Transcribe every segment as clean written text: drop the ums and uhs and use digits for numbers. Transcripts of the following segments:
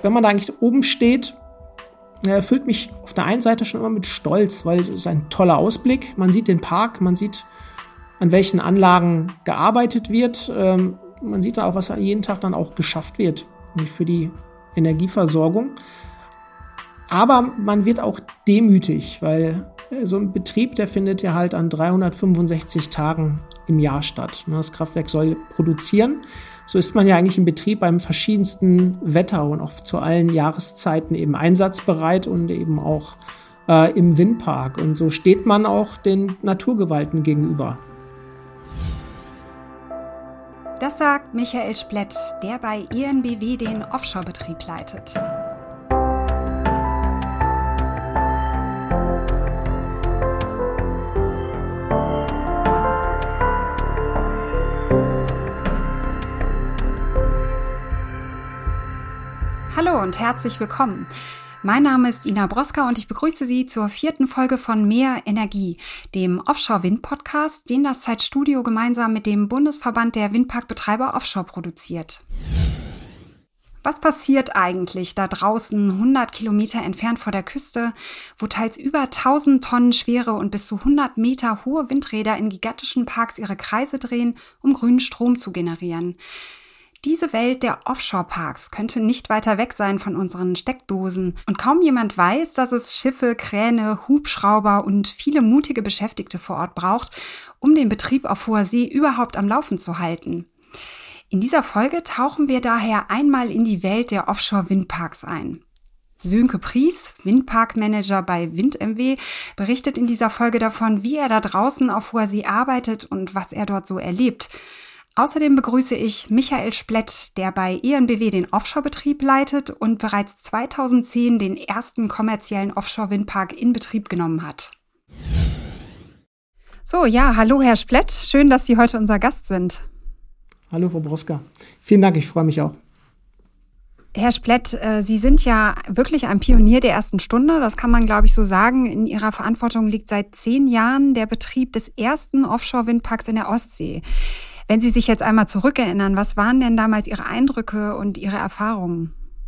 wenn man da eigentlich oben steht, erfüllt mich auf der einen Seite schon immer mit Stolz, weil es ist ein toller Ausblick. Man sieht den Park, man sieht, an welchen Anlagen gearbeitet wird. Man sieht dann auch, was jeden Tag dann auch geschafft wird, nämlich für die Energieversorgung. Aber man wird auch demütig, weil so ein Betrieb, der findet ja halt an 365 Tagen im Jahr statt. Das Kraftwerk soll produzieren. So ist man ja eigentlich im Betrieb beim verschiedensten Wetter und auch zu allen Jahreszeiten eben einsatzbereit und eben auch im Windpark. Und so steht man auch den Naturgewalten gegenüber. Das sagt Michael Splett, der bei EnBW den Offshore-Betrieb leitet. Hallo und herzlich willkommen. Mein Name ist Ina Broska und ich begrüße Sie zur 4. Folge von Mehr Energie, dem Offshore-Wind-Podcast, den das Zeitstudio gemeinsam mit dem Bundesverband der Windparkbetreiber Offshore produziert. Was passiert eigentlich da draußen 100 Kilometer entfernt vor der Küste, wo teils über 1000 Tonnen schwere und bis zu 100 Meter hohe Windräder in gigantischen Parks ihre Kreise drehen, um grünen Strom zu generieren? Diese Welt der Offshore-Parks könnte nicht weiter weg sein von unseren Steckdosen. Und kaum jemand weiß, dass es Schiffe, Kräne, Hubschrauber und viele mutige Beschäftigte vor Ort braucht, um den Betrieb auf hoher See überhaupt am Laufen zu halten. In dieser Folge tauchen wir daher einmal in die Welt der Offshore-Windparks ein. Sönke Pries, Windparkmanager bei WindMW, berichtet in dieser Folge davon, wie er da draußen auf hoher See arbeitet und was er dort so erlebt. Außerdem begrüße ich Michael Splett, der bei EnBW den Offshore-Betrieb leitet und bereits 2010 den ersten kommerziellen Offshore-Windpark in Betrieb genommen hat. So, ja, hallo Herr Splett, schön, dass Sie heute unser Gast sind. Hallo Frau Broska, vielen Dank, ich freue mich auch. Herr Splett, Sie sind ja wirklich ein Pionier der ersten Stunde, das kann man, glaube ich, so sagen. In Ihrer Verantwortung liegt seit 10 Jahren der Betrieb des ersten Offshore-Windparks in der Ostsee. Wenn Sie sich jetzt einmal zurückerinnern, was waren denn damals Ihre Eindrücke und Ihre Erfahrungen?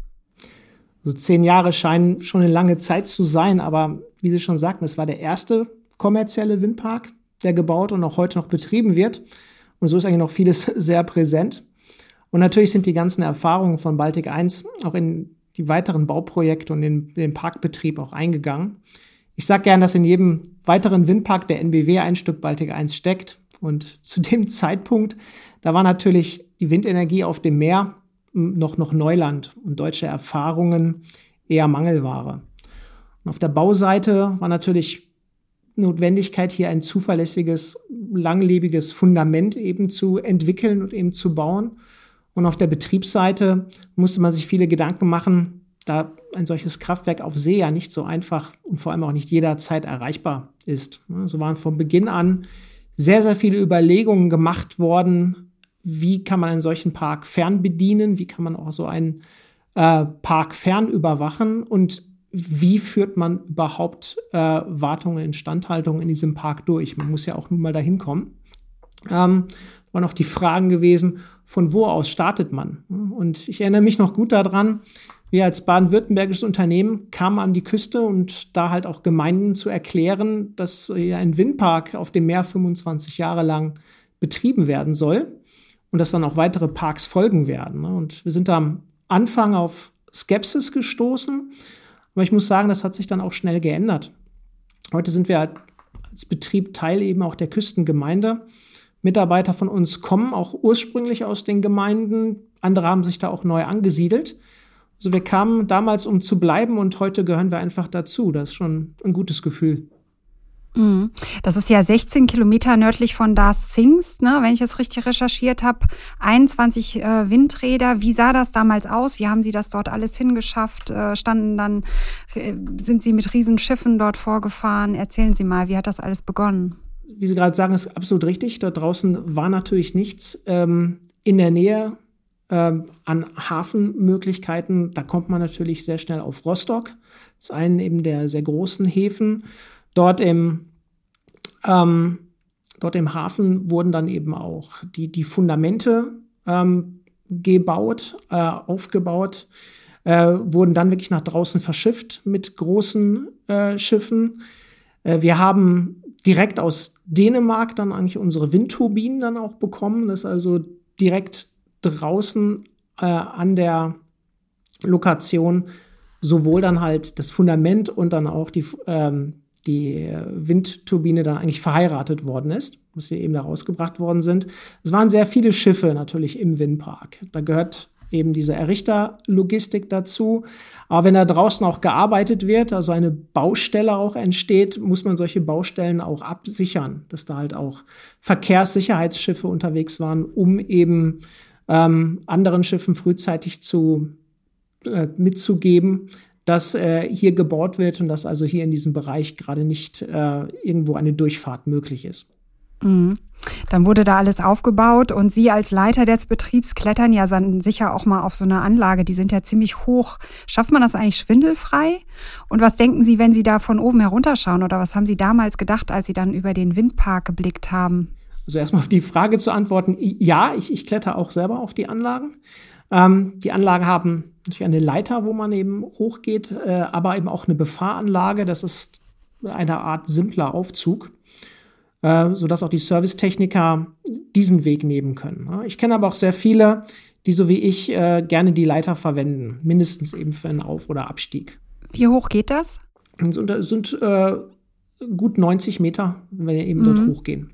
So 10 Jahre scheinen schon eine lange Zeit zu sein, aber wie Sie schon sagten, es war der erste kommerzielle Windpark, der gebaut und auch heute noch betrieben wird. Und so ist eigentlich noch vieles sehr präsent. Und natürlich sind die ganzen Erfahrungen von Baltic 1 auch in die weiteren Bauprojekte und in den Parkbetrieb auch eingegangen. Ich sage gern, dass in jedem weiteren Windpark der NBW ein Stück Baltic 1 steckt. Und zu dem Zeitpunkt, da war natürlich die Windenergie auf dem Meer noch Neuland und deutsche Erfahrungen eher Mangelware. Und auf der Bauseite war natürlich Notwendigkeit, hier ein zuverlässiges, langlebiges Fundament eben zu entwickeln und eben zu bauen. Und auf der Betriebsseite musste man sich viele Gedanken machen, da ein solches Kraftwerk auf See ja nicht so einfach und vor allem auch nicht jederzeit erreichbar ist. So waren von Beginn an sehr, sehr viele Überlegungen gemacht worden, wie kann man einen solchen Park fernbedienen, wie kann man auch so einen Park fernüberwachen und wie führt man überhaupt Wartung und Instandhaltung in diesem Park durch. Man muss ja auch nun mal dahin kommen. Waren auch die Fragen gewesen, von wo aus startet man? Und ich erinnere mich noch gut daran, wir als baden-württembergisches Unternehmen kamen an die Küste und da halt auch Gemeinden zu erklären, dass hier ein Windpark auf dem Meer 25 Jahre lang betrieben werden soll und dass dann auch weitere Parks folgen werden. Und wir sind da am Anfang auf Skepsis gestoßen, aber ich muss sagen, das hat sich dann auch schnell geändert. Heute sind wir als Betrieb Teil eben auch der Küstengemeinde. Mitarbeiter von uns kommen auch ursprünglich aus den Gemeinden, andere haben sich da auch neu angesiedelt. Also wir kamen damals, um zu bleiben und heute gehören wir einfach dazu. Das ist schon ein gutes Gefühl. Das ist ja 16 Kilometer nördlich von Darß Zingst, ne, wenn ich es richtig recherchiert habe. 21 Windräder. Wie sah das damals aus? Wie haben Sie das dort alles hingeschafft? Sind Sie mit Riesenschiffen dort vorgefahren? Erzählen Sie mal, wie hat das alles begonnen? Wie Sie gerade sagen, ist absolut richtig. Da draußen war natürlich nichts. In der Nähe an Hafenmöglichkeiten, da kommt man natürlich sehr schnell auf Rostock. Das ist einen eben der sehr großen Häfen. Dort im Hafen wurden dann eben auch die Fundamente aufgebaut. wurden dann wirklich nach draußen verschifft mit großen Schiffen. Wir haben direkt aus Dänemark dann eigentlich unsere Windturbinen dann auch bekommen. Das ist also direkt draußen an der Lokation sowohl dann halt das Fundament und dann auch die Windturbine dann eigentlich verheiratet worden ist, was hier eben da rausgebracht worden sind. Es waren sehr viele Schiffe natürlich im Windpark. Da gehört eben diese Errichterlogistik dazu. Aber wenn da draußen auch gearbeitet wird, also eine Baustelle auch entsteht, muss man solche Baustellen auch absichern, dass da halt auch Verkehrssicherheitsschiffe unterwegs waren, um eben anderen Schiffen frühzeitig mitzugeben, dass hier gebaut wird und dass also hier in diesem Bereich gerade nicht irgendwo eine Durchfahrt möglich ist. Mhm. Dann wurde da alles aufgebaut und Sie als Leiter des Betriebs klettern ja dann sicher auch mal auf so eine Anlage, die sind ja ziemlich hoch. Schafft man das eigentlich schwindelfrei? Und was denken Sie, wenn Sie da von oben herunterschauen oder was haben Sie damals gedacht, als Sie dann über den Windpark geblickt haben? Also erstmal auf die Frage zu antworten, ja, ich kletter auch selber auf die Anlagen. Die Anlagen haben natürlich eine Leiter, wo man eben hochgeht, aber eben auch eine Befahranlage. Das ist eine Art simpler Aufzug, sodass auch die Servicetechniker diesen Weg nehmen können. Ich kenne aber auch sehr viele, die so wie ich gerne die Leiter verwenden, mindestens eben für einen Auf- oder Abstieg. Wie hoch geht das? Es sind gut 90 Meter, wenn wir eben dort hochgehen.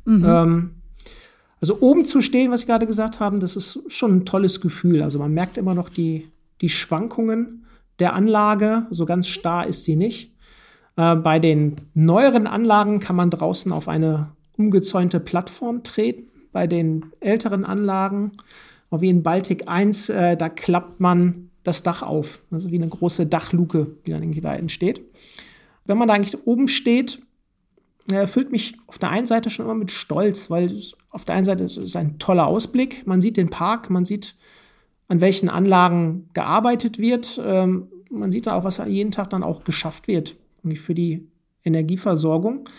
Also oben zu stehen, was ich gerade gesagt habe, das ist schon ein tolles Gefühl. Also man merkt immer noch die Schwankungen der Anlage. So ganz starr ist sie nicht. Bei den neueren Anlagen kann man draußen auf eine umgezäunte Plattform treten. Bei den älteren Anlagen, wie in Baltic 1, da klappt man das Dach auf. Also wie eine große Dachluke, die dann irgendwie da entsteht. Wenn man da eigentlich oben steht, erfüllt mich auf der einen Seite schon immer mit Stolz, weil auf der einen Seite ist es ein toller Ausblick. Man sieht den Park, man sieht, an welchen Anlagen gearbeitet wird. Man sieht da auch, was jeden Tag dann auch geschafft wird für die Energieversorgung.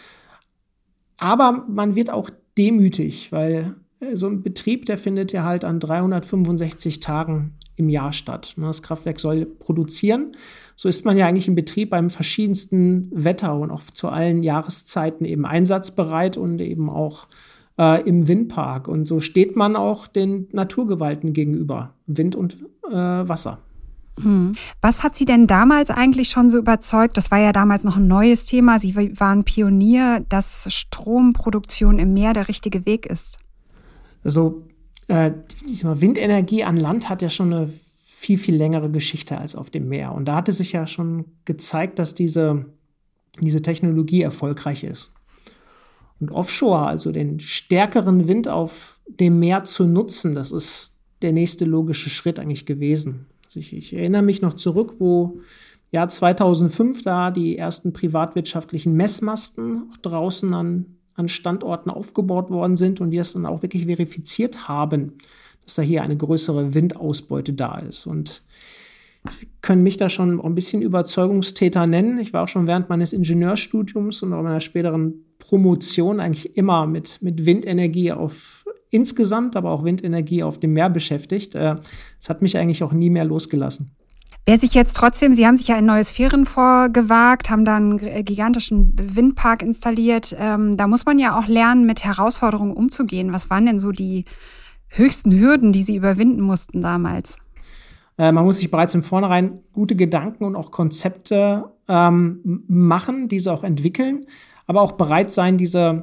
Aber man wird auch demütig, weil so ein Betrieb, der findet ja halt an 365 Tagen im Jahr statt. Das Kraftwerk soll produzieren. So ist man ja eigentlich im Betrieb beim verschiedensten Wetter und auch zu allen Jahreszeiten eben einsatzbereit und eben auch im Windpark. Und so steht man auch den Naturgewalten gegenüber, Wind und Wasser. Was hat Sie denn damals eigentlich schon so überzeugt? Das war ja damals noch ein neues Thema. Sie waren Pionier, dass Stromproduktion im Meer der richtige Weg ist. Also Windenergie an Land hat ja schon eine viel, viel längere Geschichte als auf dem Meer. Und da hatte sich ja schon gezeigt, dass diese Technologie erfolgreich ist. Und Offshore, also den stärkeren Wind auf dem Meer zu nutzen, das ist der nächste logische Schritt eigentlich gewesen. Also ich erinnere mich noch zurück, wo Jahr 2005 da die ersten privatwirtschaftlichen Messmasten draußen an Standorten aufgebaut worden sind und die das dann auch wirklich verifiziert haben, dass da hier eine größere Windausbeute da ist. Und Sie können mich da schon ein bisschen Überzeugungstäter nennen. Ich war auch schon während meines Ingenieurstudiums und auch meiner späteren Promotion eigentlich immer mit Windenergie insgesamt, aber auch Windenergie auf dem Meer beschäftigt. Das hat mich eigentlich auch nie mehr losgelassen. Wer sich jetzt trotzdem, Sie haben sich ja in neue Sphären vorgewagt, haben da einen gigantischen Windpark installiert. Da muss man ja auch lernen, mit Herausforderungen umzugehen. Was waren denn so die höchsten Hürden, die Sie überwinden mussten damals? Man muss sich bereits im Vornherein gute Gedanken und auch Konzepte machen, diese auch entwickeln, aber auch bereit sein, diese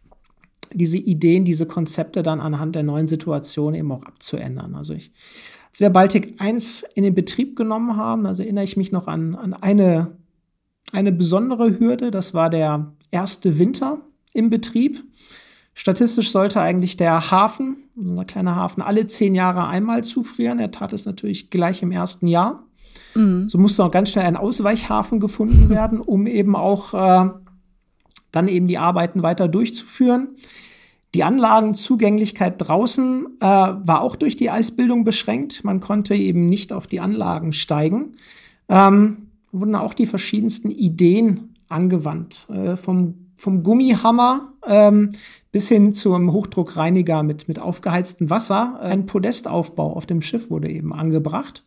Ideen, diese Konzepte dann anhand der neuen Situation eben auch abzuändern. Also als wir Baltic 1 in den Betrieb genommen haben, also erinnere ich mich noch an eine besondere Hürde. Das war der erste Winter im Betrieb. Statistisch sollte eigentlich der Hafen, unser kleiner Hafen, alle 10 Jahre einmal zufrieren. Er tat es natürlich gleich im ersten Jahr. So musste auch ganz schnell ein Ausweichhafen gefunden werden, um eben auch dann eben die Arbeiten weiter durchzuführen. Die Anlagenzugänglichkeit draußen war auch durch die Eisbildung beschränkt. Man konnte eben nicht auf die Anlagen steigen. Wurden auch die verschiedensten Ideen angewandt. Vom Gummihammer bis hin zum Hochdruckreiniger mit aufgeheiztem Wasser. Ein Podestaufbau auf dem Schiff wurde eben angebracht.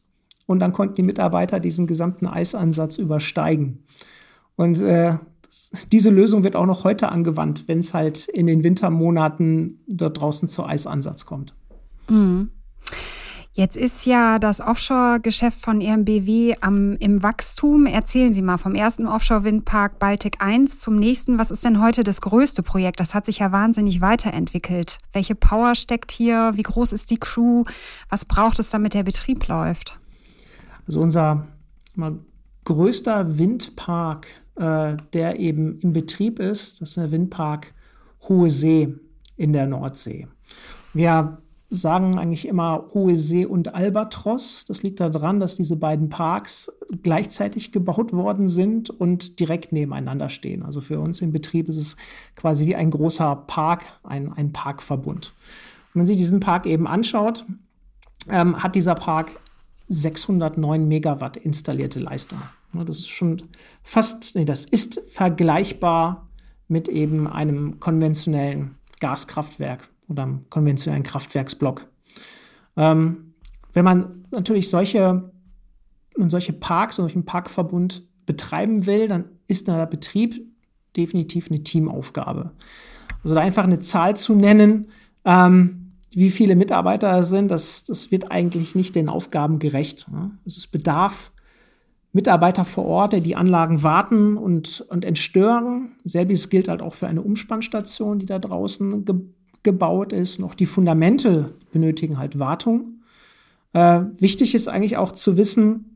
und dann konnten die Mitarbeiter diesen gesamten Eisansatz übersteigen. Und diese Lösung wird auch noch heute angewandt, wenn es halt in den Wintermonaten dort draußen zu Eisansatz kommt. Mhm. Jetzt ist ja das Offshore-Geschäft von EnBW im Wachstum. Erzählen Sie mal vom ersten Offshore-Windpark Baltic 1 zum nächsten. Was ist denn heute das größte Projekt? Das hat sich ja wahnsinnig weiterentwickelt. Welche Power steckt hier? Wie groß ist die Crew? Was braucht es, damit der Betrieb läuft? Also unser größter Windpark, der eben im Betrieb ist, das ist der Windpark Hohe See in der Nordsee. Wir sagen eigentlich immer Hohe See und Albatros. Das liegt daran, dass diese beiden Parks gleichzeitig gebaut worden sind und direkt nebeneinander stehen. Also für uns im Betrieb ist es quasi wie ein großer Park, ein Parkverbund. Wenn man sich diesen Park eben anschaut, hat dieser Park 609 Megawatt installierte Leistung. Das ist schon das ist vergleichbar mit eben einem konventionellen Gaskraftwerk oder einem konventionellen Kraftwerksblock. Wenn man natürlich solche Parks, solchen Parkverbund betreiben will, dann ist der Betrieb definitiv eine Teamaufgabe. Also da einfach eine Zahl zu nennen, wie viele Mitarbeiter es sind, das wird eigentlich nicht den Aufgaben gerecht. Es bedarf Mitarbeiter vor Ort, die Anlagen warten und entstören. Selbiges gilt halt auch für eine Umspannstation, die da draußen gebaut ist. Noch die Fundamente benötigen halt Wartung. Wichtig ist eigentlich auch zu wissen,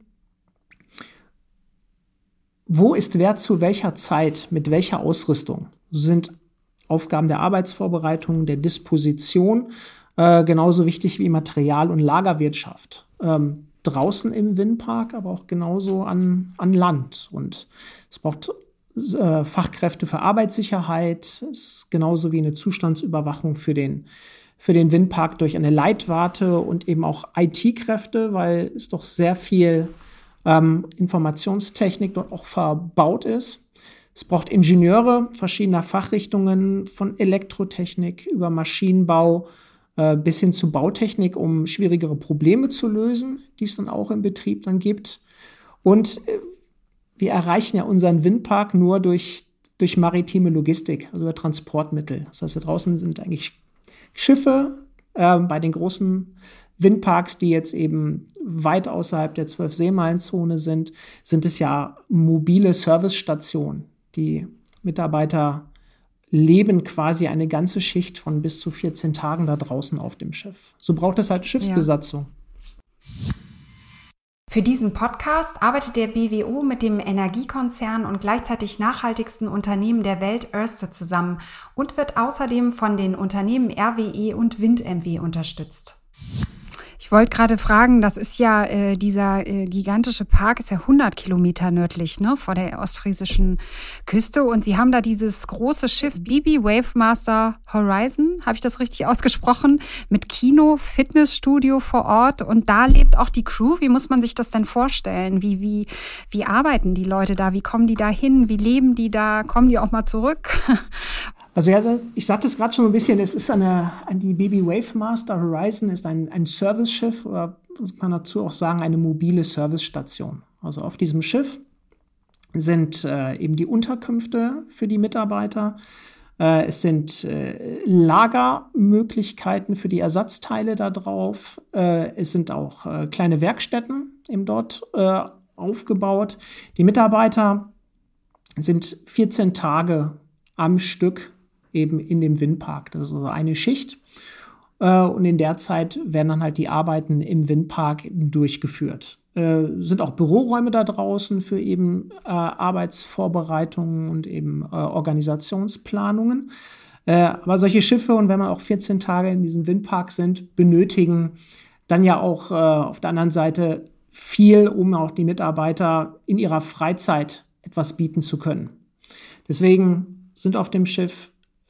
wo ist wer zu welcher Zeit, mit welcher Ausrüstung. So sind Aufgaben der Arbeitsvorbereitung, der Disposition genauso wichtig wie Material- und Lagerwirtschaft. Draußen im Windpark, aber auch genauso an Land. Und es braucht Fachkräfte für Arbeitssicherheit, ist genauso wie eine Zustandsüberwachung für den Windpark durch eine Leitwarte und eben auch IT-Kräfte, weil es doch sehr viel Informationstechnik dort auch verbaut ist. Es braucht Ingenieure verschiedener Fachrichtungen, von Elektrotechnik über Maschinenbau bis hin zu Bautechnik, um schwierigere Probleme zu lösen, die es dann auch im Betrieb dann gibt. Und wir erreichen ja unseren Windpark nur durch maritime Logistik, also über Transportmittel. Das heißt, da draußen sind eigentlich Schiffe bei den großen Windparks, die jetzt eben weit außerhalb der 12-Seemeilen-Zone sind es ja mobile Servicestationen. Die Mitarbeiter leben quasi eine ganze Schicht von bis zu 14 Tagen da draußen auf dem Schiff. So braucht es halt Schiffsbesatzung. Ja. Für diesen Podcast arbeitet der BWO mit dem Energiekonzern und gleichzeitig nachhaltigsten Unternehmen der Welt Ørsted zusammen und wird außerdem von den Unternehmen RWE und WindMW unterstützt. Ich wollte gerade fragen, das ist ja dieser gigantische Park, ist ja 100 Kilometer nördlich, ne, vor der ostfriesischen Küste. Und Sie haben da dieses große Schiff BB Wavemaster Horizon, habe ich das richtig ausgesprochen, mit Kino, Fitnessstudio vor Ort. Und da lebt auch die Crew. Wie muss man sich das denn vorstellen? Wie arbeiten die Leute da? Wie kommen die da hin? Wie leben die da? Kommen die auch mal zurück? Also ja, ich sagte es gerade schon ein bisschen, es ist die BB Wavemaster Horizon ist ein Serviceschiff oder man kann dazu auch sagen eine mobile Servicestation. Also auf diesem Schiff sind eben die Unterkünfte für die Mitarbeiter. Es sind Lagermöglichkeiten für die Ersatzteile da drauf. Es sind auch kleine Werkstätten eben dort aufgebaut. Die Mitarbeiter sind 14 Tage am Stück eben in dem Windpark. Das ist also eine Schicht. Und in der Zeit werden dann halt die Arbeiten im Windpark durchgeführt. Sind auch Büroräume da draußen für eben Arbeitsvorbereitungen und eben Organisationsplanungen. Aber solche Schiffe, und wenn man auch 14 Tage in diesem Windpark sind, benötigen dann ja auch auf der anderen Seite viel, um auch die Mitarbeiter in ihrer Freizeit etwas bieten zu können. Deswegen sind auf dem Schiff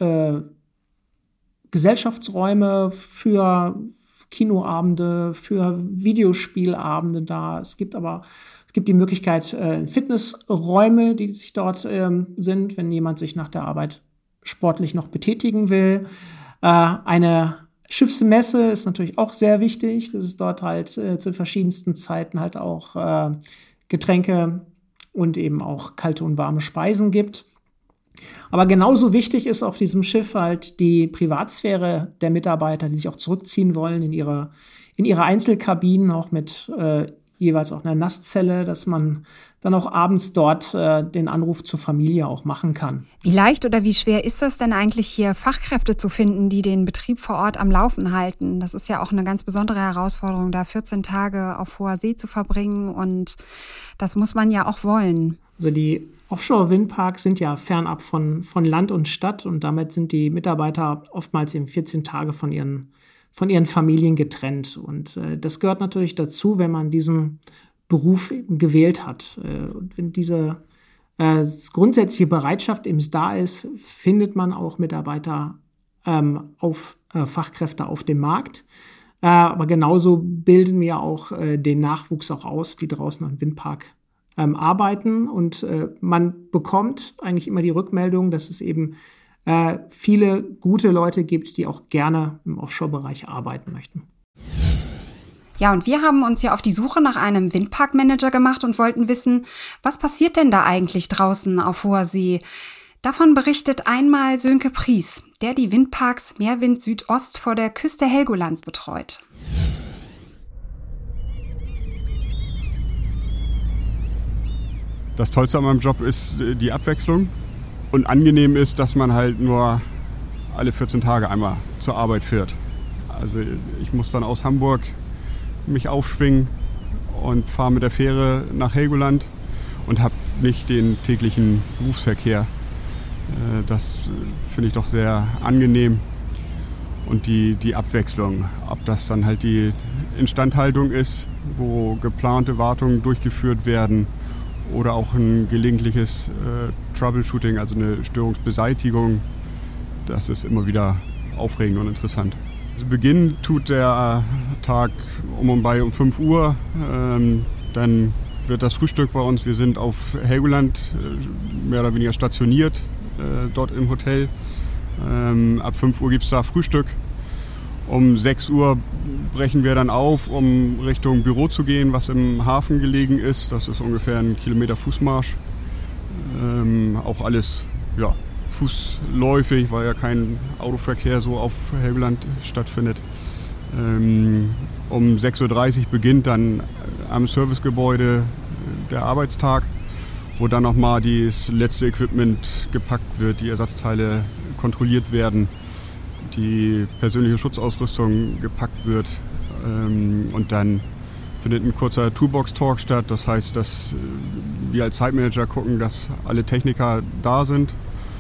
Gesellschaftsräume für Kinoabende, für Videospielabende da. Es gibt die Möglichkeit, Fitnessräume, die sich dort sind, wenn jemand sich nach der Arbeit sportlich noch betätigen will. Eine Schiffsmesse ist natürlich auch sehr wichtig, dass es dort halt zu verschiedensten Zeiten halt auch Getränke und eben auch kalte und warme Speisen gibt. Aber genauso wichtig ist auf diesem Schiff halt die Privatsphäre der Mitarbeiter, die sich auch zurückziehen wollen in ihre Einzelkabinen, auch mit jeweils auch einer Nasszelle, dass man dann auch abends dort den Anruf zur Familie auch machen kann. Wie leicht oder wie schwer ist es denn eigentlich, hier Fachkräfte zu finden, die den Betrieb vor Ort am Laufen halten? Das ist ja auch eine ganz besondere Herausforderung, da 14 Tage auf hoher See zu verbringen, und das muss man ja auch wollen. Also die Offshore-Windparks sind ja fernab von Land und Stadt, und damit sind die Mitarbeiter oftmals eben 14 Tage von ihren Familien getrennt. Und das gehört natürlich dazu, wenn man diesen Beruf eben gewählt hat. Und wenn diese grundsätzliche Bereitschaft eben da ist, findet man auch Mitarbeiter Fachkräfte auf dem Markt. Aber genauso bilden wir auch den Nachwuchs auch aus, die draußen am Windpark arbeiten. Und man bekommt eigentlich immer die Rückmeldung, dass es eben viele gute Leute gibt, die auch gerne im Offshore-Bereich arbeiten möchten. Ja, und wir haben uns ja auf die Suche nach einem Windparkmanager gemacht und wollten wissen, was passiert denn da eigentlich draußen auf hoher See? Davon berichtet einmal Sönke Pries, der die Windparks Meerwind Südost vor der Küste Helgolands betreut. Das Tollste an meinem Job ist die Abwechslung. Und angenehm ist, dass man halt nur alle 14 Tage einmal zur Arbeit fährt. Also ich muss dann aus Hamburg mich aufschwingen und fahre mit der Fähre nach Helgoland und habe nicht den täglichen Berufsverkehr. Das finde ich doch sehr angenehm. Und die Abwechslung, ob das dann halt die Instandhaltung ist, wo geplante Wartungen durchgeführt werden, oder auch ein gelegentliches Troubleshooting, also eine Störungsbeseitigung. Das ist immer wieder aufregend und interessant. Zu Beginn tut der Tag um 5 Uhr. Dann wird das Frühstück bei uns. Wir sind auf Helgoland mehr oder weniger stationiert, dort im Hotel. Ab 5 Uhr gibt es da Frühstück. Um 6 Uhr brechen wir dann auf, um Richtung Büro zu gehen, was im Hafen gelegen ist. Das ist ungefähr 1 Kilometer Fußmarsch. Auch alles fußläufig, weil ja kein Autoverkehr so auf Helgoland stattfindet. Um 6.30 Uhr beginnt dann am Servicegebäude der Arbeitstag, wo dann nochmal das letzte Equipment gepackt wird, die Ersatzteile kontrolliert werden, die persönliche Schutzausrüstung gepackt wird, und dann findet ein kurzer Toolbox-Talk statt. Das heißt, dass wir als Site-Manager gucken, dass alle Techniker da sind,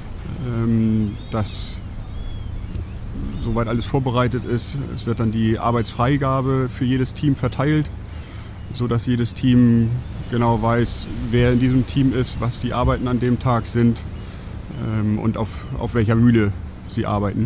dass soweit alles vorbereitet ist. Es wird dann die Arbeitsfreigabe für jedes Team verteilt, sodass jedes Team genau weiß, wer in diesem Team ist, was die Arbeiten an dem Tag sind, und auf welcher Mühle sie arbeiten.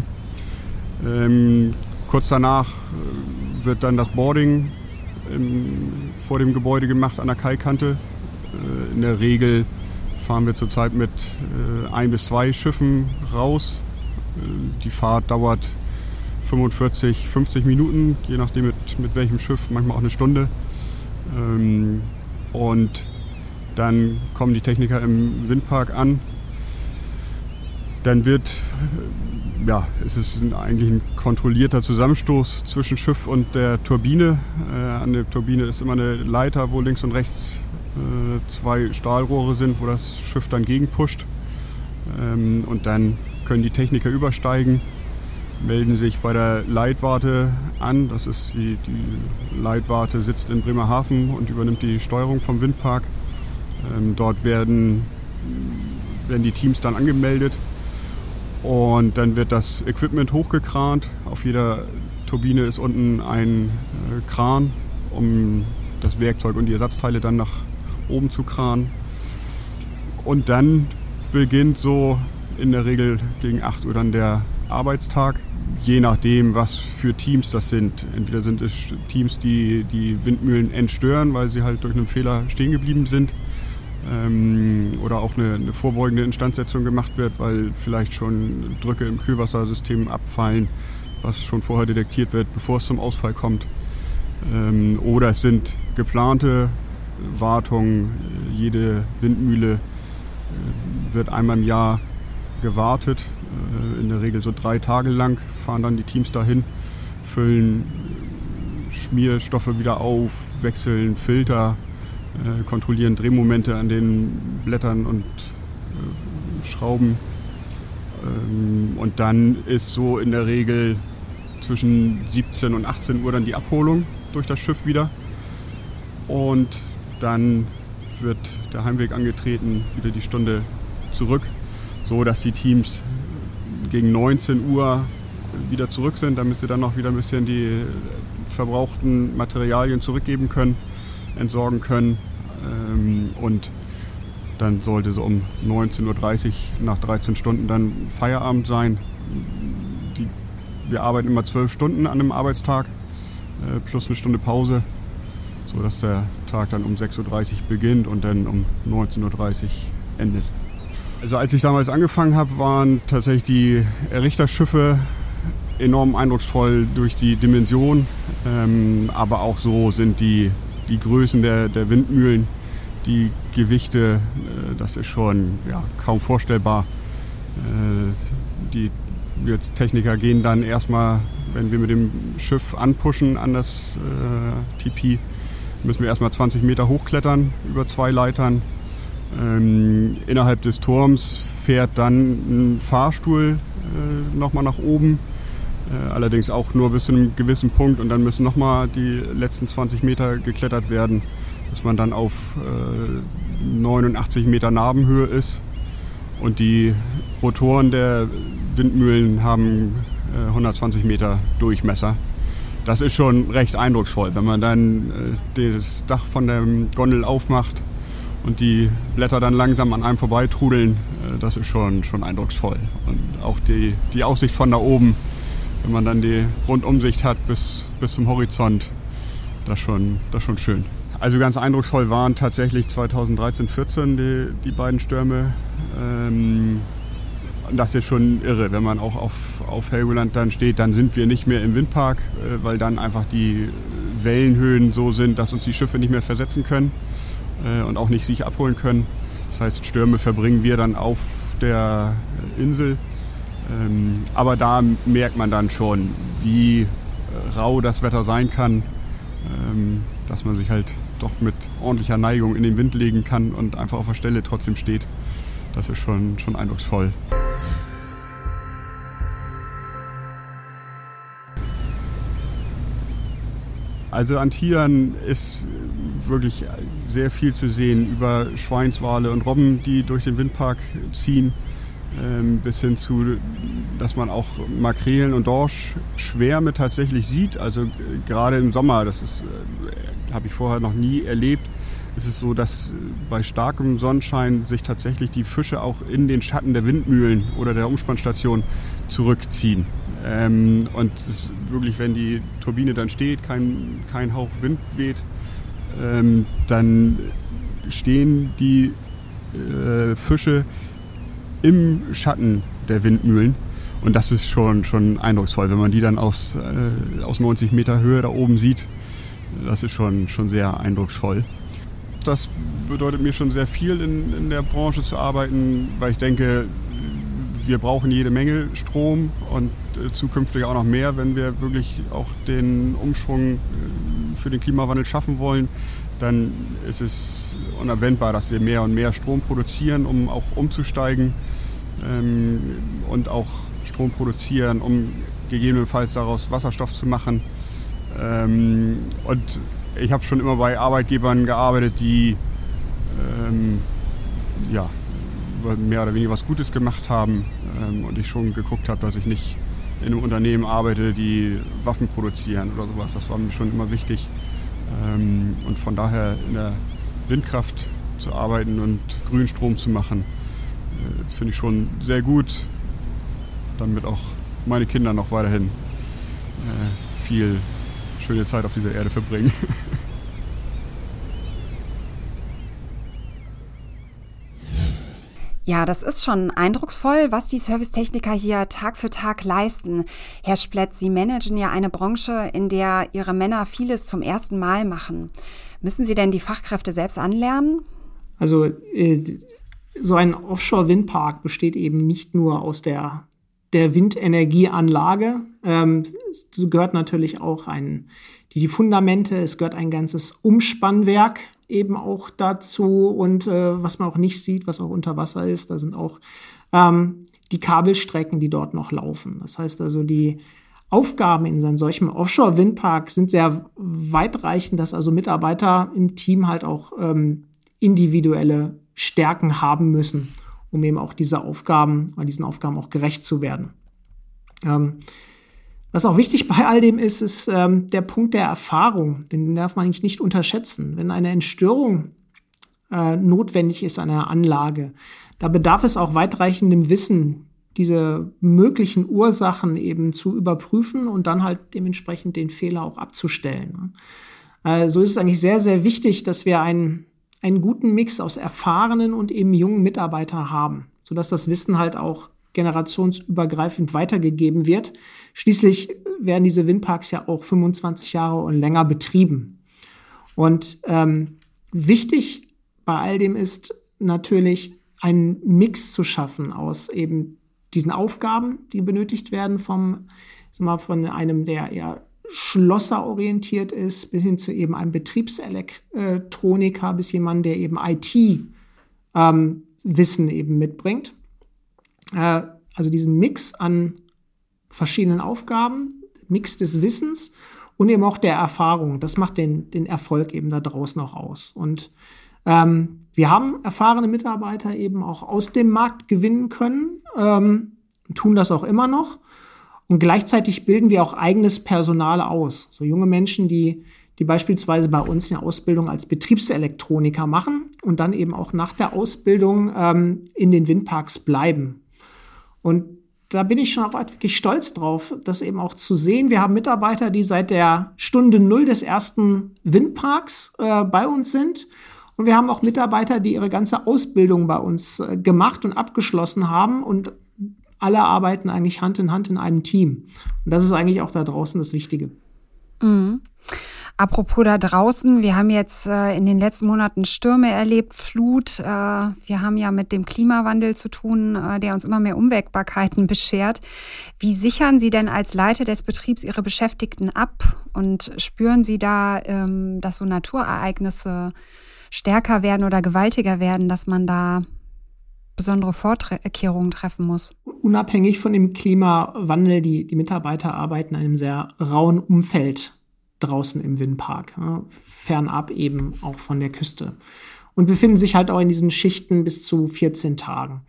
Kurz danach wird dann das Boarding vor dem Gebäude gemacht an der Kaikante. In der Regel fahren wir zurzeit mit 1 bis 2 Schiffen raus. Die Fahrt dauert 45, 50 Minuten, je nachdem mit welchem Schiff, manchmal auch eine Stunde. Und dann kommen die Techniker im Windpark an. Dann es ist eigentlich ein kontrollierter Zusammenstoß zwischen Schiff und der Turbine. An der Turbine ist immer eine Leiter, wo links und rechts 2 Stahlrohre sind, wo das Schiff dann gegenpusht. Und dann können die Techniker übersteigen, melden sich bei der Leitwarte an. Das ist die Leitwarte sitzt in Bremerhaven und übernimmt die Steuerung vom Windpark. Dort werden die Teams dann angemeldet. Und dann wird das Equipment hochgekrant. Auf jeder Turbine ist unten ein Kran, um das Werkzeug und die Ersatzteile dann nach oben zu kranen. Und dann beginnt so in der Regel gegen 8 Uhr dann der Arbeitstag. Je nachdem, was für Teams das sind. Entweder sind es Teams, die Windmühlen entstören, weil sie halt durch einen Fehler stehen geblieben sind. Oder auch eine vorbeugende Instandsetzung gemacht wird, weil vielleicht schon Drücke im Kühlwassersystem abfallen. was schon vorher detektiert wird, bevor es zum Ausfall kommt. Oder es sind geplante Wartungen. Jede Windmühle wird einmal im Jahr gewartet, in der Regel so 3 Tage lang, fahren dann die Teams dahin, füllen Schmierstoffe wieder auf, wechseln Filter, kontrollieren Drehmomente an den Blättern und Schrauben. Und dann ist so in der Regel zwischen 17 und 18 Uhr dann die Abholung durch das Schiff wieder. Und dann wird der Heimweg angetreten, wieder die Stunde zurück, so dass die Teams gegen 19 Uhr wieder zurück sind, damit sie dann noch wieder ein bisschen die verbrauchten Materialien zurückgeben können, entsorgen können. Und dann sollte so um 19.30 Uhr nach 13 Stunden dann Feierabend sein. Wir arbeiten immer 12 Stunden an einem Arbeitstag, plus eine Stunde Pause, sodass der Tag dann um 6.30 Uhr beginnt und dann um 19.30 Uhr endet. Also als ich damals angefangen habe, waren tatsächlich die Errichterschiffe enorm eindrucksvoll durch die Dimension, aber auch so sind die Größen der Windmühlen, die Gewichte, das ist schon kaum vorstellbar. Wir als Techniker gehen dann erstmal, wenn wir mit dem Schiff anpushen an das TP, müssen wir erstmal 20 Meter hochklettern über 2 Leitern. Innerhalb des Turms fährt dann ein Fahrstuhl nochmal nach oben, allerdings auch nur bis zu einem gewissen Punkt, und dann müssen nochmal die letzten 20 Meter geklettert werden, dass man dann auf 89 Meter Nabenhöhe ist. Und die Rotoren der Windmühlen haben 120 Meter Durchmesser. Das ist schon recht eindrucksvoll, wenn man dann das Dach von der Gondel aufmacht und die Blätter dann langsam an einem vorbeitrudeln. Das ist schon eindrucksvoll. Und auch die Aussicht von da oben, wenn man dann die Rundumsicht hat bis zum Horizont, das schon schön. Also ganz eindrucksvoll waren tatsächlich 2013-14 die beiden Stürme. Das ist schon irre, wenn man auch auf Helgoland dann steht, dann sind wir nicht mehr im Windpark, weil dann einfach die Wellenhöhen so sind, dass uns die Schiffe nicht mehr versetzen können und auch nicht sich abholen können. Das heißt, Stürme verbringen wir dann auf der Insel. Aber da merkt man dann schon, wie rau das Wetter sein kann, dass man sich halt doch mit ordentlicher Neigung in den Wind legen kann und einfach auf der Stelle trotzdem steht. Das ist schon eindrucksvoll. Also an Tieren ist wirklich sehr viel zu sehen, über Schweinswale und Robben, die durch den Windpark ziehen, bis hin zu, dass man auch Makrelen und Dorschschwärme tatsächlich sieht. Also gerade im Sommer, das ist, habe ich vorher noch nie erlebt, ist es so, dass bei starkem Sonnenschein sich tatsächlich die Fische auch in den Schatten der Windmühlen oder der Umspannstation zurückziehen. Und es ist wirklich, wenn die Turbine dann steht, kein Hauch Wind weht, dann stehen die Fische im Schatten der Windmühlen. Und das ist schon eindrucksvoll, wenn man die dann aus 90 Meter Höhe da oben sieht. Das ist schon sehr eindrucksvoll. Das bedeutet mir schon sehr viel, in der Branche zu arbeiten, weil ich denke, wir brauchen jede Menge Strom und zukünftig auch noch mehr, wenn wir wirklich auch den Umschwung für den Klimawandel schaffen wollen. Dann ist es unabwendbar, dass wir mehr und mehr Strom produzieren, um auch umzusteigen, und auch Strom produzieren, um gegebenenfalls daraus Wasserstoff zu machen. Und ich habe schon immer bei Arbeitgebern gearbeitet, die mehr oder weniger was Gutes gemacht haben, und ich schon geguckt habe, dass ich nicht in einem Unternehmen arbeite, die Waffen produzieren oder sowas. Das war mir schon immer wichtig. Und von daher in der Windkraft zu arbeiten und Grünstrom zu machen, finde ich schon sehr gut, damit auch meine Kinder noch weiterhin viel schöne Zeit auf dieser Erde verbringen. Ja, das ist schon eindrucksvoll, was die Servicetechniker hier Tag für Tag leisten. Herr Spletz, Sie managen ja eine Branche, in der Ihre Männer vieles zum ersten Mal machen. Müssen Sie denn die Fachkräfte selbst anlernen? Also so ein Offshore-Windpark besteht eben nicht nur aus der Windenergieanlage. Es gehört natürlich auch die Fundamente, es gehört ein ganzes Umspannwerk eben auch dazu. Und was man auch nicht sieht, was auch unter Wasser ist, da sind auch die Kabelstrecken, die dort noch laufen. Das heißt also, die Aufgaben in einem solchen Offshore-Windpark sind sehr weitreichend, dass also Mitarbeiter im Team halt auch individuelle Stärken haben müssen, um eben auch diesen Aufgaben auch gerecht zu werden. Was auch wichtig bei all dem ist der Punkt der Erfahrung. Den darf man eigentlich nicht unterschätzen. Wenn eine Entstörung notwendig ist an einer Anlage, da bedarf es auch weitreichendem Wissen, diese möglichen Ursachen eben zu überprüfen und dann halt dementsprechend den Fehler auch abzustellen. So ist es eigentlich sehr, sehr wichtig, dass wir einen guten Mix aus erfahrenen und eben jungen Mitarbeitern haben, sodass das Wissen halt auch generationsübergreifend weitergegeben wird. Schließlich werden diese Windparks ja auch 25 Jahre und länger betrieben. Und wichtig bei all dem ist natürlich, einen Mix zu schaffen aus eben diesen Aufgaben, die benötigt werden von einem, der eher schlosserorientiert ist, bis hin zu eben einem Betriebselektroniker, bis jemand, der eben IT-Wissen eben mitbringt. Also diesen Mix an verschiedenen Aufgaben, Mix des Wissens und eben auch der Erfahrung. Das macht den Erfolg eben da draußen auch aus. Und wir haben erfahrene Mitarbeiter eben auch aus dem Markt gewinnen können, tun das auch immer noch. Und gleichzeitig bilden wir auch eigenes Personal aus. So junge Menschen, die beispielsweise bei uns eine Ausbildung als Betriebselektroniker machen und dann eben auch nach der Ausbildung in den Windparks bleiben. Und da bin ich schon auch wirklich stolz drauf, das eben auch zu sehen. Wir haben Mitarbeiter, die seit der Stunde Null des ersten Windparks bei uns sind. Und wir haben auch Mitarbeiter, die ihre ganze Ausbildung bei uns gemacht und abgeschlossen haben. Und alle arbeiten eigentlich Hand in Hand in einem Team. Und das ist eigentlich auch da draußen das Wichtige. Mhm. Apropos da draußen, wir haben jetzt in den letzten Monaten Stürme erlebt, Flut. Wir haben ja mit dem Klimawandel zu tun, der uns immer mehr Unwägbarkeiten beschert. Wie sichern Sie denn als Leiter des Betriebs Ihre Beschäftigten ab? Und spüren Sie da, dass so Naturereignisse stärker werden oder gewaltiger werden, dass man da besondere Vorkehrungen treffen muss? Unabhängig von dem Klimawandel, die Mitarbeiter arbeiten in einem sehr rauen Umfeld draußen im Windpark, fernab eben auch von der Küste und befinden sich halt auch in diesen Schichten bis zu 14 Tagen.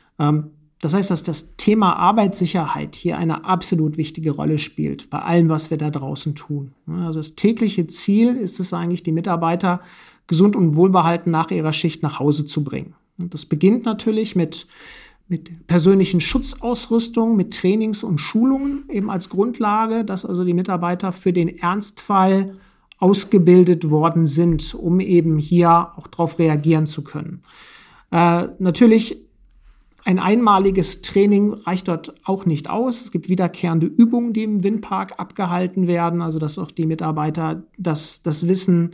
Das heißt, dass das Thema Arbeitssicherheit hier eine absolut wichtige Rolle spielt bei allem, was wir da draußen tun. Also das tägliche Ziel ist es eigentlich, die Mitarbeiter gesund und wohlbehalten nach ihrer Schicht nach Hause zu bringen. Und das beginnt natürlich mit persönlichen Schutzausrüstung, mit Trainings und Schulungen eben als Grundlage, dass also die Mitarbeiter für den Ernstfall ausgebildet worden sind, um eben hier auch darauf reagieren zu können. Natürlich ein einmaliges Training reicht dort auch nicht aus. Es gibt wiederkehrende Übungen, die im Windpark abgehalten werden, also dass auch die Mitarbeiter das Wissen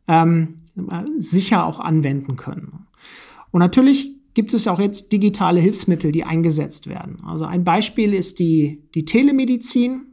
sicher auch anwenden können. Und natürlich gibt es ja auch jetzt digitale Hilfsmittel, die eingesetzt werden. Also ein Beispiel ist die Telemedizin.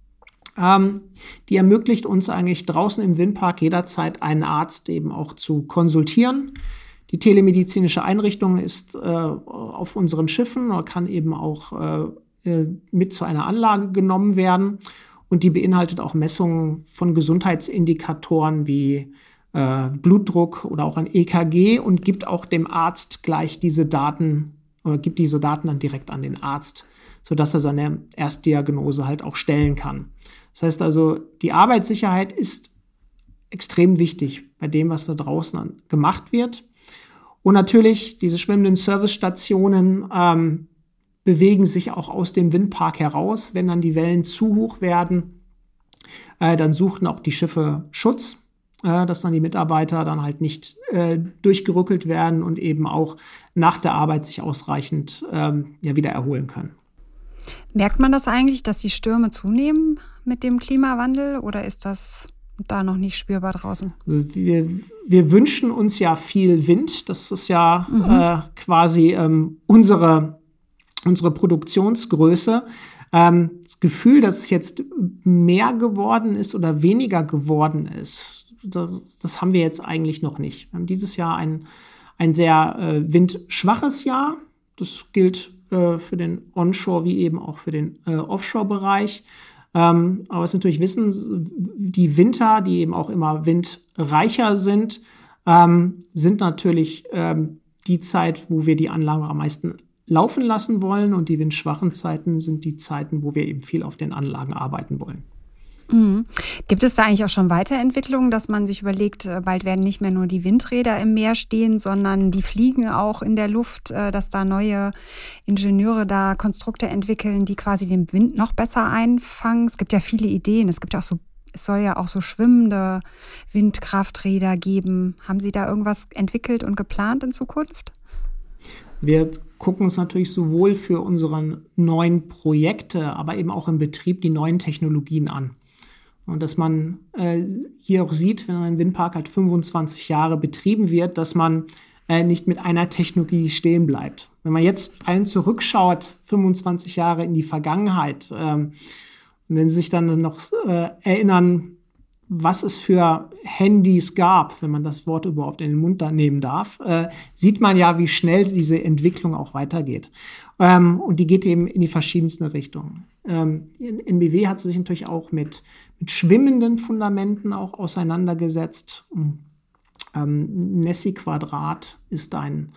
Die ermöglicht uns eigentlich draußen im Windpark jederzeit einen Arzt eben auch zu konsultieren. Die telemedizinische Einrichtung ist auf unseren Schiffen oder kann eben auch mit zu einer Anlage genommen werden. Und die beinhaltet auch Messungen von Gesundheitsindikatoren wie Blutdruck oder auch ein EKG und gibt auch dem Arzt gleich diese Daten oder gibt diese Daten dann direkt an den Arzt, sodass er seine Erstdiagnose halt auch stellen kann. Das heißt also, die Arbeitssicherheit ist extrem wichtig bei dem, was da draußen gemacht wird. Und natürlich, diese schwimmenden Servicestationen bewegen sich auch aus dem Windpark heraus. Wenn dann die Wellen zu hoch werden, dann suchen auch die Schiffe Schutz. dass dann die Mitarbeiter dann halt nicht durchgerückelt werden und eben auch nach der Arbeit sich ausreichend wieder erholen können. Merkt man das eigentlich, dass die Stürme zunehmen mit dem Klimawandel oder ist das da noch nicht spürbar draußen? Also wir wünschen uns ja viel Wind. Das ist ja quasi unsere Produktionsgröße. Das Gefühl, dass es jetzt mehr geworden ist oder weniger geworden ist, das haben wir jetzt eigentlich noch nicht. Wir haben dieses Jahr ein sehr windschwaches Jahr. Das gilt für den Onshore wie eben auch für den Offshore-Bereich. Aber was wir natürlich wissen, die Winter, die eben auch immer windreicher sind natürlich die Zeit, wo wir die Anlagen am meisten laufen lassen wollen. Und die windschwachen Zeiten sind die Zeiten, wo wir eben viel auf den Anlagen arbeiten wollen. Mhm. Gibt es da eigentlich auch schon Weiterentwicklungen, dass man sich überlegt, bald werden nicht mehr nur die Windräder im Meer stehen, sondern die fliegen auch in der Luft, dass da neue Ingenieure da Konstrukte entwickeln, die quasi den Wind noch besser einfangen? Es gibt ja viele Ideen. Es soll ja auch so schwimmende Windkrafträder geben. Haben Sie da irgendwas entwickelt und geplant in Zukunft? Wir gucken uns natürlich sowohl für unsere neuen Projekte, aber eben auch im Betrieb die neuen Technologien an. Und dass man hier auch sieht, wenn ein Windpark halt 25 Jahre betrieben wird, dass man nicht mit einer Technologie stehen bleibt. Wenn man jetzt zurückschaut, 25 Jahre in die Vergangenheit, und wenn Sie sich dann noch erinnern, was es für Handys gab, wenn man das Wort überhaupt in den Mund nehmen darf, sieht man ja, wie schnell diese Entwicklung auch weitergeht. Und die geht eben in die verschiedensten Richtungen. NBW hat sich natürlich auch mit schwimmenden Fundamenten auch auseinandergesetzt. Nessie-Quadrat ist ein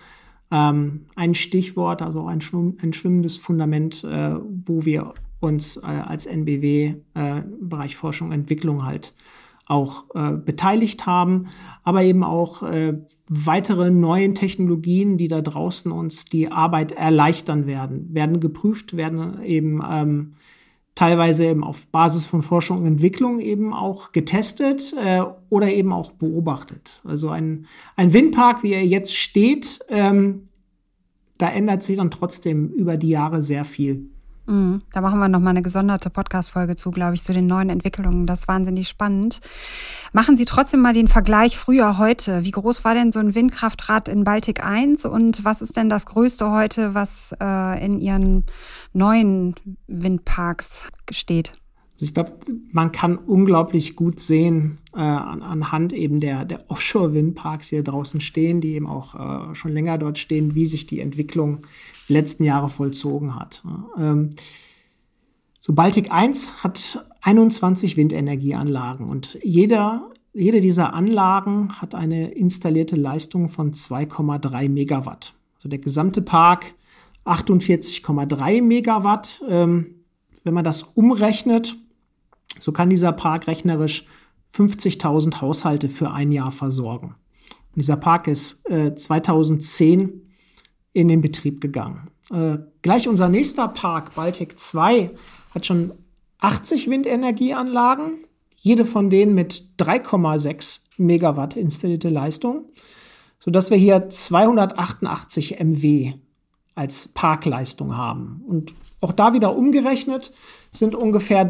Stichwort, also ein schwimmendes Fundament, wo wir uns als NBW im Bereich Forschung und Entwicklung halt auch beteiligt haben, aber eben auch weitere neue Technologien, die da draußen uns die Arbeit erleichtern werden geprüft, werden eben teilweise eben auf Basis von Forschung und Entwicklung eben auch getestet oder eben auch beobachtet. Also ein Windpark, wie er jetzt steht, da ändert sich dann trotzdem über die Jahre sehr viel. Da machen wir nochmal eine gesonderte Podcast-Folge zu, glaube ich, zu den neuen Entwicklungen. Das ist wahnsinnig spannend. Machen Sie trotzdem mal den Vergleich früher, heute. Wie groß war denn so ein Windkraftrad in Baltic 1 und was ist denn das Größte heute, was in Ihren neuen Windparks steht? Also ich glaube, man kann unglaublich gut sehen anhand eben der Offshore-Windparks, die da draußen stehen, die eben auch schon länger dort stehen, wie sich die Entwicklung letzten Jahre vollzogen hat. So Baltic 1 hat 21 Windenergieanlagen und jede dieser Anlagen hat eine installierte Leistung von 2,3 Megawatt. Also der gesamte Park 48,3 Megawatt. Wenn man das umrechnet, so kann dieser Park rechnerisch 50.000 Haushalte für ein Jahr versorgen. Und dieser Park ist 2010 in den Betrieb gegangen. Gleich unser nächster Park, Baltic 2, hat schon 80 Windenergieanlagen, jede von denen mit 3,6 Megawatt installierte Leistung, sodass wir hier 288 MW als Parkleistung haben. Und auch da wieder umgerechnet sind ungefähr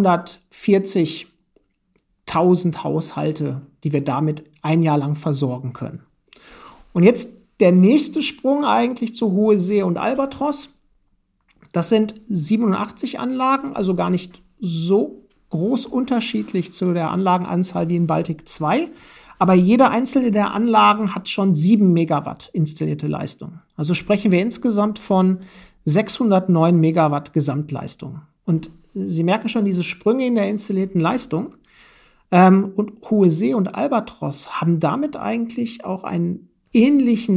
340.000 Haushalte, die wir damit ein Jahr lang versorgen können. Und jetzt der nächste Sprung eigentlich zu Hohe See und Albatros. Das sind 87 Anlagen, also gar nicht so groß unterschiedlich zu der Anlagenanzahl wie in Baltic 2. Aber jede einzelne der Anlagen hat schon 7 Megawatt installierte Leistung. Also sprechen wir insgesamt von 609 Megawatt Gesamtleistung. Und Sie merken schon diese Sprünge in der installierten Leistung. Und Hohe See und Albatros haben damit eigentlich auch eine ähnliche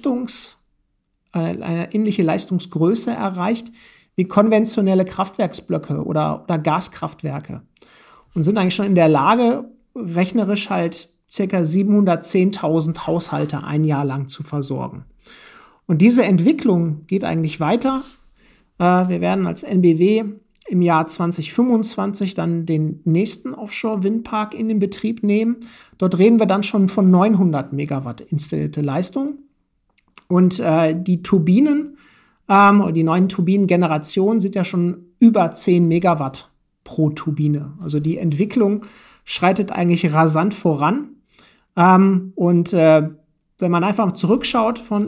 Leistungsgröße erreicht wie konventionelle Kraftwerksblöcke oder Gaskraftwerke. Und sind eigentlich schon in der Lage, rechnerisch halt ca. 710.000 Haushalte ein Jahr lang zu versorgen. Und diese Entwicklung geht eigentlich weiter. Wir werden als NBW im Jahr 2025 dann den nächsten Offshore-Windpark in den Betrieb nehmen. Dort reden wir dann schon von 900 Megawatt installierte Leistung. Und die Turbinen, die neuen Turbinengenerationen sind ja schon über 10 Megawatt pro Turbine. Also die Entwicklung schreitet eigentlich rasant voran. Und wenn man einfach zurückschaut von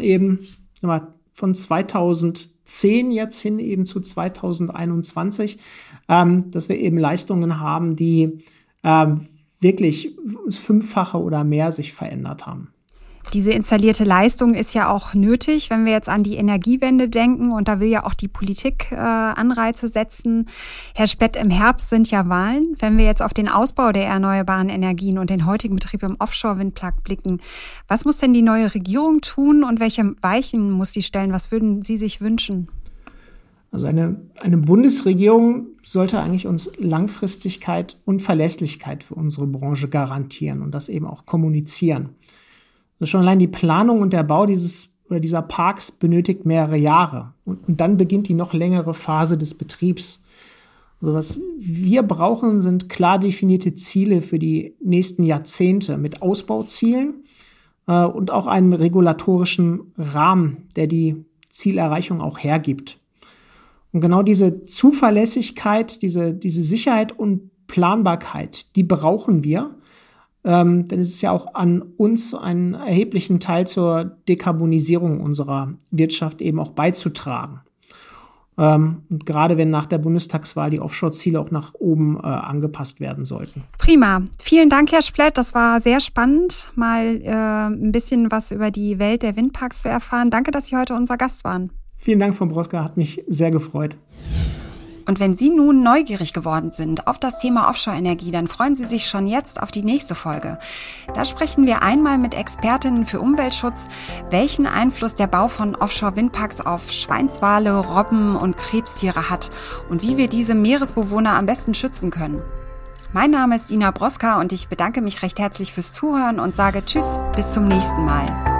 2010 jetzt hin eben zu 2021, dass wir eben Leistungen haben, die wirklich 5-fache oder mehr sich verändert haben. Diese installierte Leistung ist ja auch nötig, wenn wir jetzt an die Energiewende denken. Und da will ja auch die Politik Anreize setzen. Herr Splett, im Herbst sind ja Wahlen. Wenn wir jetzt auf den Ausbau der erneuerbaren Energien und den heutigen Betrieb im Offshore-Windpark blicken, was muss denn die neue Regierung tun und welche Weichen muss sie stellen? Was würden Sie sich wünschen? Also eine Bundesregierung sollte eigentlich uns Langfristigkeit und Verlässlichkeit für unsere Branche garantieren und das eben auch kommunizieren. Also schon allein die Planung und der Bau dieser Parks benötigt mehrere Jahre. Und dann beginnt die noch längere Phase des Betriebs. Also was wir brauchen, sind klar definierte Ziele für die nächsten Jahrzehnte mit Ausbauzielen und auch einem regulatorischen Rahmen, der die Zielerreichung auch hergibt. Und genau diese Zuverlässigkeit, diese Sicherheit und Planbarkeit, die brauchen wir. Denn es ist ja auch an uns, einen erheblichen Teil zur Dekarbonisierung unserer Wirtschaft eben auch beizutragen. Und gerade wenn nach der Bundestagswahl die Offshore-Ziele auch nach oben angepasst werden sollten. Prima. Vielen Dank, Herr Splett. Das war sehr spannend, mal ein bisschen was über die Welt der Windparks zu erfahren. Danke, dass Sie heute unser Gast waren. Vielen Dank, Frau Broska. Hat mich sehr gefreut. Und wenn Sie nun neugierig geworden sind auf das Thema Offshore-Energie, dann freuen Sie sich schon jetzt auf die nächste Folge. Da sprechen wir einmal mit Expertinnen für Umweltschutz, welchen Einfluss der Bau von Offshore-Windparks auf Schweinswale, Robben und Krebstiere hat und wie wir diese Meeresbewohner am besten schützen können. Mein Name ist Ina Broska und ich bedanke mich recht herzlich fürs Zuhören und sage Tschüss, bis zum nächsten Mal.